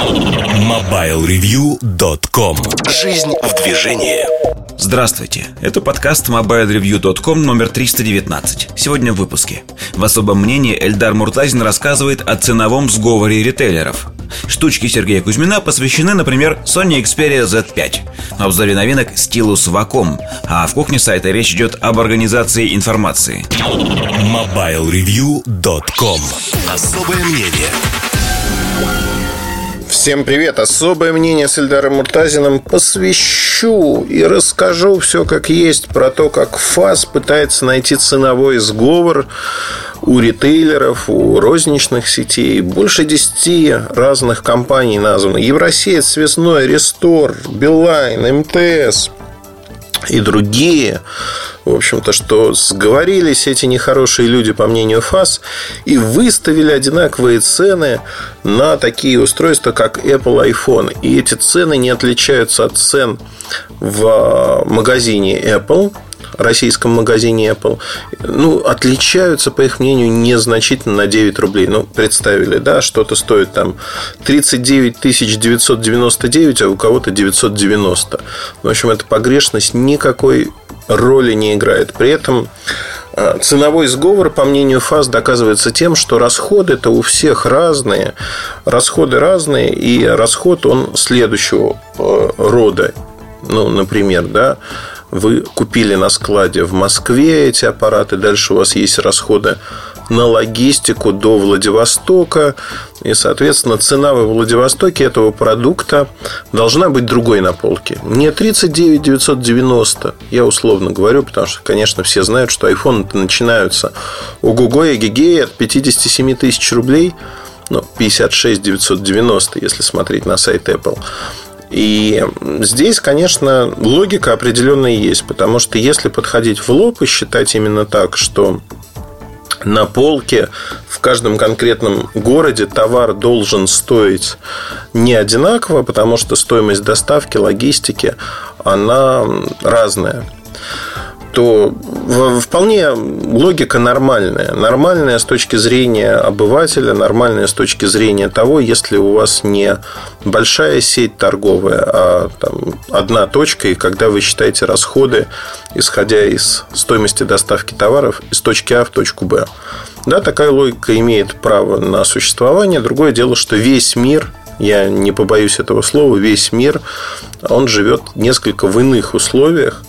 MobileReview.com. Жизнь в движении. Здравствуйте, это подкаст MobileReview.com номер 319. Сегодня в выпуске. В особом мнении Эльдар Муртазин рассказывает о ценовом сговоре ритейлеров. Штучки Сергея Кузьмина посвящены, например, Sony Xperia Z5. В обзоре новинок Stylus Wacom. А в кухне сайта речь идет об организации информации. MobileReview.com. Особое мнение. Всем привет! Особое мнение с Эльдаром Муртазиным посвящу и расскажу все как есть про то, как ФАС пытается найти ценовой сговор у ритейлеров, у розничных сетей. Больше 10 разных компаний названо: Евросеть, Связной, Рестор, Билайн, МТС и другие. В общем-то, что сговорились эти нехорошие люди, по мнению ФАС, и выставили одинаковые цены на такие устройства, как Apple iPhone. И эти цены не отличаются от цен в магазине Apple, российском магазине Apple. Отличаются, по их мнению, незначительно на 9 рублей. Представили, да, что-то стоит там 39 999, а у кого-то 990. В общем, эта погрешность никакой роли не играет. При этом ценовой сговор, по мнению ФАС, доказывается тем, что расходы-то у всех разные. Расходы разные, и расход он следующего рода. Например, да, вы купили на складе в Москве эти аппараты, дальше у вас есть расходы на логистику до Владивостока, и, соответственно, цена во Владивостоке этого продукта должна быть другой на полке. Не 39 990, я условно говорю, потому что, конечно, все знают, что айфоны-то начинаются ого-го и гигей от 57 тысяч рублей, 56 990, если смотреть на сайт Apple. И здесь, конечно, логика определенная есть, потому что если подходить в лоб и считать именно так, что на полке в каждом конкретном городе товар должен стоить не одинаково, потому что стоимость доставки, логистики, она разная, то вполне логика нормальная. Нормальная с точки зрения обывателя, нормальная с точки зрения того, если у вас не большая сеть торговая, а там одна точка, и когда вы считаете расходы, исходя из стоимости доставки товаров из точки А в точку Б. Да, такая логика имеет право на существование. Другое дело, что весь мир, я не побоюсь этого слова, весь мир, он живет несколько в иных условиях.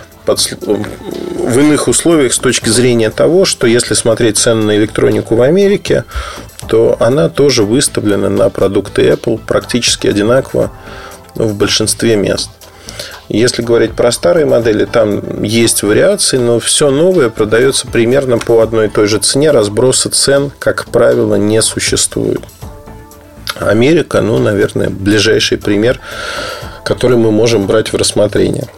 В иных условиях с точки зрения того, что если смотреть цены на электронику в Америке, то она тоже выставлена на продукты Apple практически одинаково в большинстве мест. Если говорить про старые модели, там есть вариации, но все новое продается примерно по одной и той же цене. Разброса цен, как правило, не существует. Америка, наверное, ближайший пример, который мы можем брать в рассмотрение.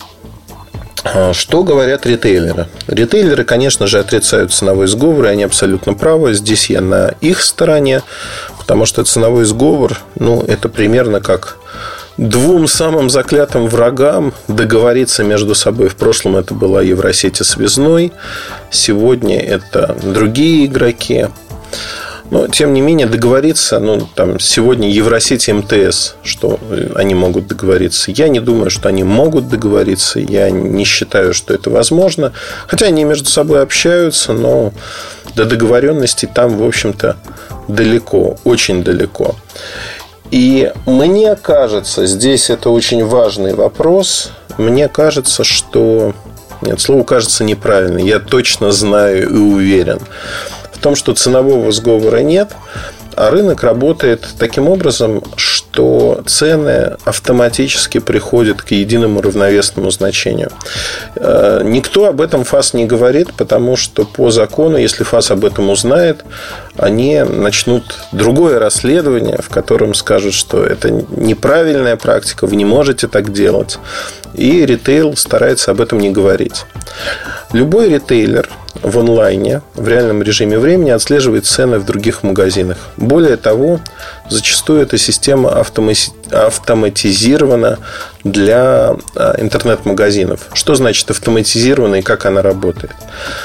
Что говорят ритейлеры? Ритейлеры, конечно же, отрицают ценовой сговор, и они абсолютно правы. Здесь я на их стороне, потому что ценовой сговор, это примерно как двум самым заклятым врагам договориться между собой. В прошлом это была Евросеть и Связной, сегодня это другие игроки. Но, тем не менее, договориться, сегодня Евросеть и МТС, что они могут договориться. Я не думаю, что они могут договориться. Я не считаю, что это возможно. Хотя они между собой общаются, но до договоренности там, в общем-то, далеко, очень далеко. И мне кажется, здесь это очень важный вопрос. Мне кажется, что... Нет, слово «кажется» неправильно. Я точно знаю и уверен в том, что ценового сговора нет, а рынок работает таким образом, что цены автоматически приходят к единому равновесному значению. Никто об этом ФАС не говорит, потому что по закону, если ФАС об этом узнает, они начнут другое расследование, в котором скажут, что это неправильная практика, вы не можете так делать. И ритейл старается об этом не говорить. Любой ритейлер в онлайне, в реальном режиме времени отслеживает цены в других магазинах. Более того, зачастую эта система автоматизирована для интернет-магазинов. Что значит автоматизирована и как она работает?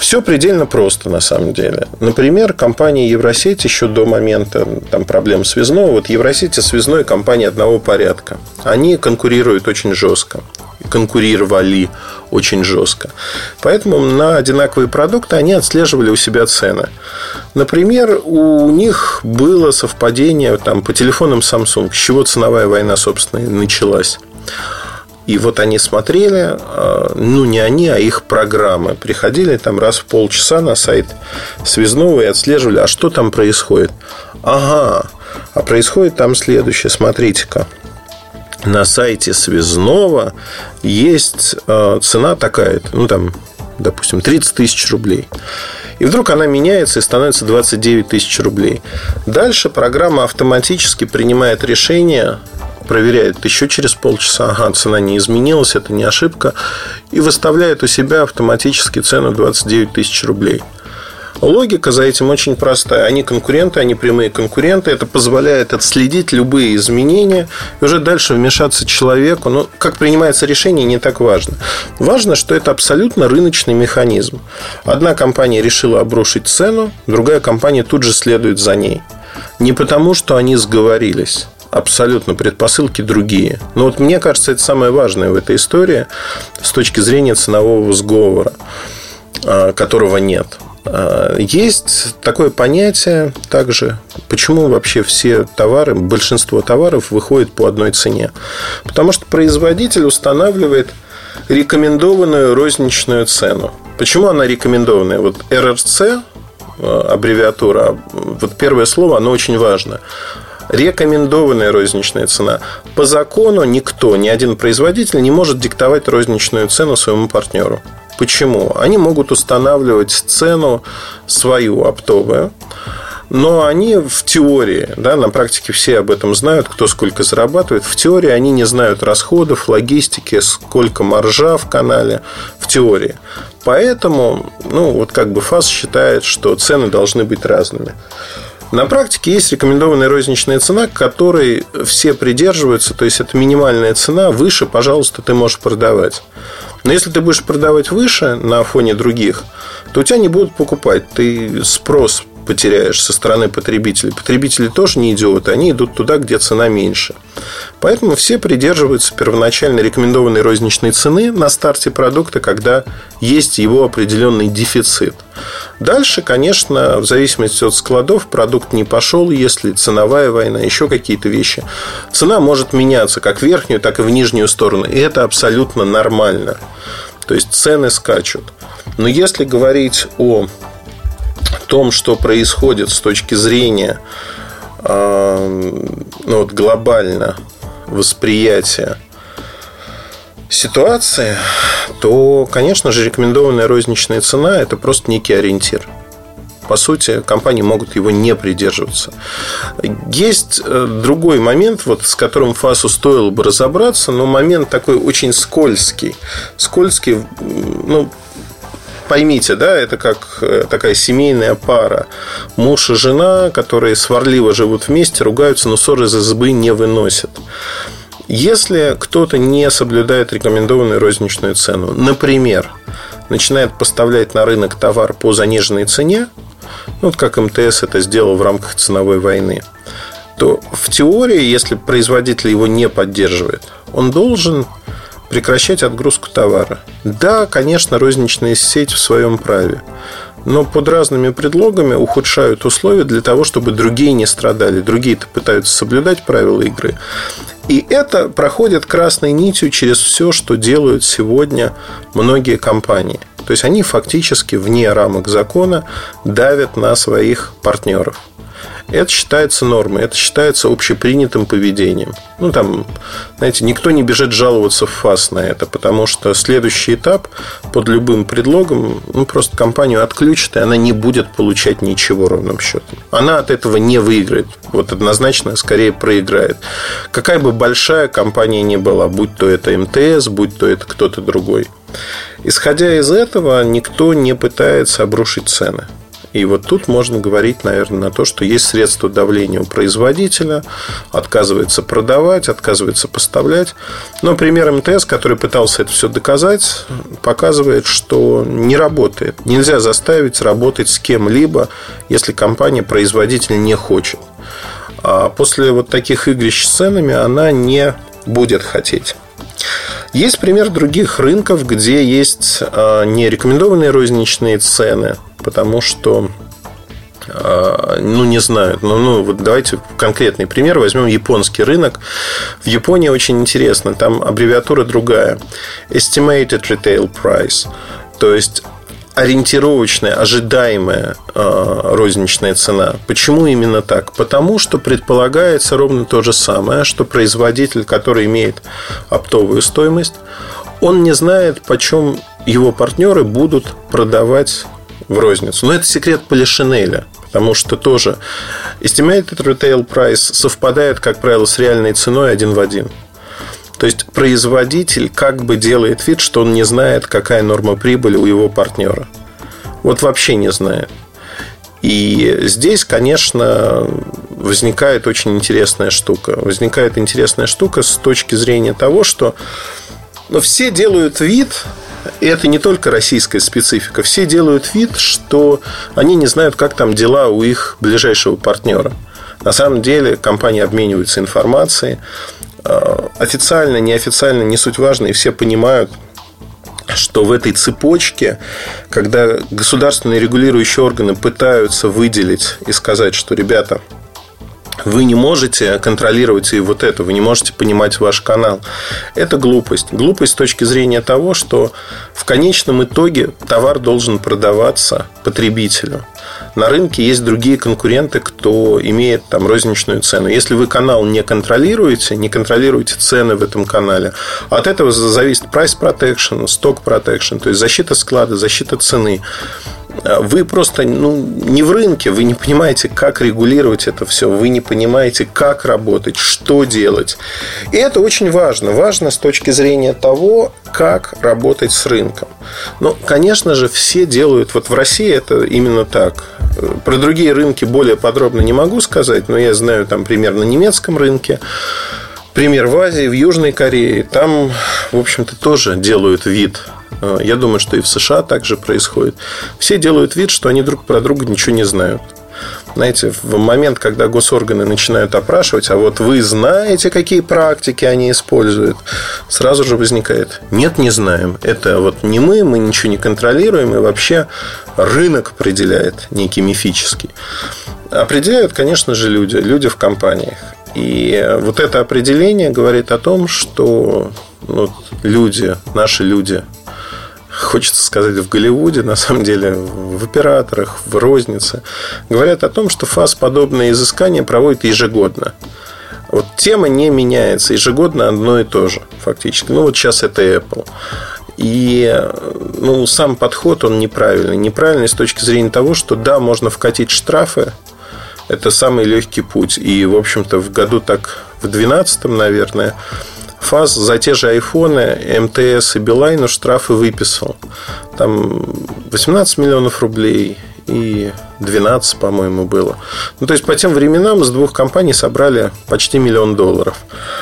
Все предельно просто, на самом деле. Например, компания Евросеть еще до момента там, проблем связного. Вот Евросеть и связной компания одного порядка. Они конкурируют очень жестко. Конкурировали очень жестко. Поэтому на одинаковые продукты они отслеживали у себя цены. Например, у них было совпадение там, по телефонам Samsung, с чего ценовая война, собственно, и началась. И вот они смотрели, ну не они, а их программы. Приходили там раз в полчаса на сайт связного и отслеживали, а что там происходит. Ага, а происходит там следующее, смотрите-ка. На сайте связного есть цена такая, ну там, допустим, 30 тысяч рублей. И вдруг она меняется и становится 29 тысяч рублей. Дальше программа автоматически принимает решение, проверяет еще через полчаса, ага, цена не изменилась, это не ошибка, и выставляет у себя автоматически цену 29 тысяч рублей. Логика за этим очень простая. Они конкуренты, они прямые конкуренты. Это позволяет отследить любые изменения и уже дальше вмешаться человеку. Но как принимается решение, не так важно. Важно, что это абсолютно рыночный механизм. Одна компания решила обрушить цену, другая компания тут же следует за ней. Не потому, что они сговорились. Абсолютно предпосылки другие. Но вот мне кажется, это самое важное в этой истории с точки зрения ценового сговора, которого нет. Есть такое понятие также, почему вообще все товары, большинство товаров выходит по одной цене. Потому что производитель устанавливает рекомендованную розничную цену. Почему она рекомендованная? Вот РРЦ, аббревиатура, вот первое слово, оно очень важно. Рекомендованная розничная цена. По закону никто, ни один производитель не может диктовать розничную цену своему партнеру. Почему? Они могут устанавливать цену свою оптовую, но они в теории, да, на практике все об этом знают, кто сколько зарабатывает. В теории они не знают расходов, логистики, сколько маржа в канале. В теории. Поэтому, ну, вот как бы ФАС считает, что цены должны быть разными. На практике есть рекомендованная розничная цена, к которой все придерживаются. То есть это минимальная цена. Выше, пожалуйста, ты можешь продавать. Но если ты будешь продавать выше на фоне других, то у тебя не будут покупать. Ты спрос потеряешь со стороны потребителей. Потребители тоже не идиоты. Они идут туда, где цена меньше. Поэтому все придерживаются первоначально рекомендованной розничной цены на старте продукта, когда есть его определенный дефицит. Дальше, конечно, в зависимости от складов, продукт не пошел, если ценовая война, еще какие-то вещи. Цена может меняться как в верхнюю, так и в нижнюю сторону. И это абсолютно нормально. То есть цены скачут. Но если говорить о том, что происходит с точки зрения вот, глобально восприятия ситуации, то, конечно же, рекомендованная розничная цена – это просто некий ориентир. По сути, компании могут его не придерживаться. Есть другой момент, вот, с которым ФАСу стоило бы разобраться, но момент такой очень скользкий. Скользкий, ну, поймите, да, это как такая семейная пара. Муж и жена, которые сварливо живут вместе, ругаются, но ссоры из избы не выносят. Если кто-то не соблюдает рекомендованную розничную цену, например, начинает поставлять на рынок товар по заниженной цене, вот как МТС это сделал в рамках ценовой войны, то в теории, если производитель его не поддерживает, он должен прекращать отгрузку товара. Да, конечно, розничная сеть в своем праве, но под разными предлогами ухудшают условия для того, чтобы другие не страдали. Другие-то пытаются соблюдать правила игры. И это проходит красной нитью через все, что делают сегодня многие компании. То есть они фактически вне рамок закона давят на своих партнеров. Это считается нормой, это считается общепринятым поведением. Ну, там, знаете, никто не бежит жаловаться в ФАС на это, потому что следующий этап под любым предлогом, ну, просто компанию отключат, и она не будет получать ничего ровным счетом. Она от этого не выиграет. Вот однозначно скорее проиграет. Какая бы большая компания ни была, будь то это МТС, будь то это кто-то другой. Исходя из этого, никто не пытается обрушить цены. И вот тут можно говорить, наверное, на то, что есть средства давления у производителя, отказывается продавать, отказывается поставлять. Но пример МТС, который пытался это все доказать, показывает, что не работает. Нельзя заставить работать с кем-либо, если компания-производитель не хочет. А после вот таких игрищ с ценами она не будет хотеть. Есть пример других рынков, где есть не рекомендованные розничные цены, потому что, не знаю, вот давайте конкретный пример. Возьмем японский рынок. В Японии очень интересно, там аббревиатура другая. Estimated Retail Price. То есть ориентировочная, ожидаемая розничная цена. Почему именно так? Потому что предполагается ровно то же самое, что производитель, который имеет оптовую стоимость, он не знает, почем его партнеры будут продавать в розницу. Но это секрет Полишинеля, потому что тоже Estimated Retail Price совпадает, как правило, с реальной ценой один в один. То есть производитель как бы делает вид, что он не знает, какая норма прибыли у его партнера. Вот вообще не знает. И здесь, конечно, возникает очень интересная штука. Возникает интересная штука с точки зрения того, что все делают вид, и это не только российская специфика, все делают вид, что они не знают, как там дела у их ближайшего партнера. На самом деле компании обмениваются информацией. Официально, неофициально, не суть важно, и все понимают, что в этой цепочке, когда государственные регулирующие органы пытаются выделить и сказать, что, ребята, вы не можете контролировать и вот это, вы не можете понимать ваш канал. Это глупость. Глупость с точки зрения того, что в конечном итоге товар должен продаваться потребителю. На рынке есть другие конкуренты, кто имеет там розничную цену. Если вы канал не контролируете цены в этом канале, от этого зависит price protection, stock protection, то есть защита склада, защита цены. Вы просто не в рынке, вы не понимаете, как регулировать это все, вы не понимаете, как работать, что делать. И это очень важно. Важно с точки зрения того, как работать с рынком. Но, конечно же, все делают. Вот в России это именно так. Про другие рынки более подробно не могу сказать, но я знаю там пример на немецком рынке. Пример в Азии, в Южной Корее. Там, в общем-то, тоже делают вид. Я думаю, что и в США также происходит. Все делают вид, что они друг про друга ничего не знают. Знаете, в момент, когда госорганы начинают опрашивать, а вот вы знаете, какие практики они используют, сразу же возникает: нет, не знаем. Это вот не мы ничего не контролируем, и вообще рынок определяет, некий мифический. Определяют, конечно же, люди в компаниях. И вот это определение говорит о том, что люди, наши люди, хочется сказать, в Голливуде, на самом деле в операторах, в рознице, говорят о том, что ФАС подобные изыскания проводит ежегодно. Вот тема не меняется, ежегодно одно и то же фактически. Вот сейчас это Apple. И сам подход, он неправильный. Неправильный с точки зрения того, что да, можно вкатить штрафы. Это самый легкий путь. И, в общем-то, в году так в 2012, наверное, ФАС за те же айфоны, МТС и Билайну штрафы выписал. Там 18 миллионов рублей и 12, по-моему, было. То есть, по тем временам с двух компаний собрали почти $1 миллион.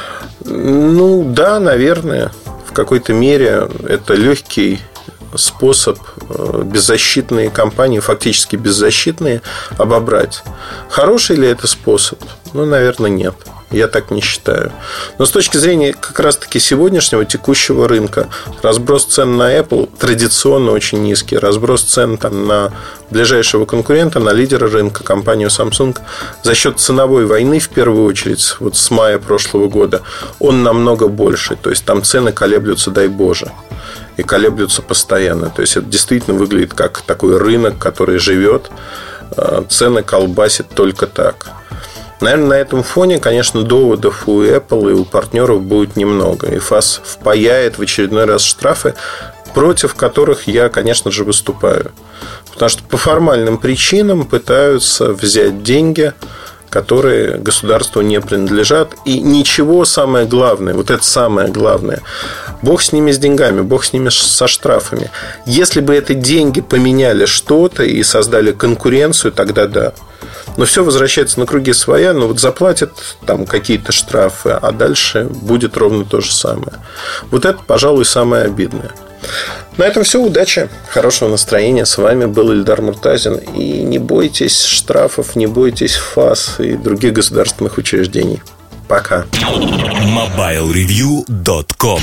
Да, наверное, в какой-то мере это легкий способ беззащитные компании, фактически беззащитные, обобрать. Хороший ли это способ? Наверное, нет. Я так не считаю. Но с точки зрения как раз-таки сегодняшнего текущего рынка, разброс цен на Apple традиционно очень низкий. Разброс цен там на ближайшего конкурента, на лидера рынка, компанию Samsung, за счет ценовой войны, в первую очередь, вот с мая прошлого года, он намного больше. То есть там цены колеблются, дай Боже. И колеблются постоянно. То есть это действительно выглядит как такой рынок, который живет. Цены колбасит только так. Наверное, на этом фоне, конечно, доводов у Apple и у партнеров будет немного. И ФАС впаяет в очередной раз штрафы, против которых я, конечно же, выступаю. Потому что по формальным причинам пытаются взять деньги которые государству не принадлежат. И ничего, самое главное, вот это самое главное, бог с ними, с деньгами, бог с ними, со штрафами. Если бы эти деньги поменяли что-то и создали конкуренцию, тогда да. Но все возвращается на круги своя. Но вот заплатят там какие-то штрафы, а дальше будет ровно то же самое. Вот это, пожалуй, самое обидное. На этом все. Удачи, хорошего настроения. С вами был Эльдар Муртазин. И не бойтесь штрафов, не бойтесь ФАС и других государственных учреждений. Пока. MobileReview.com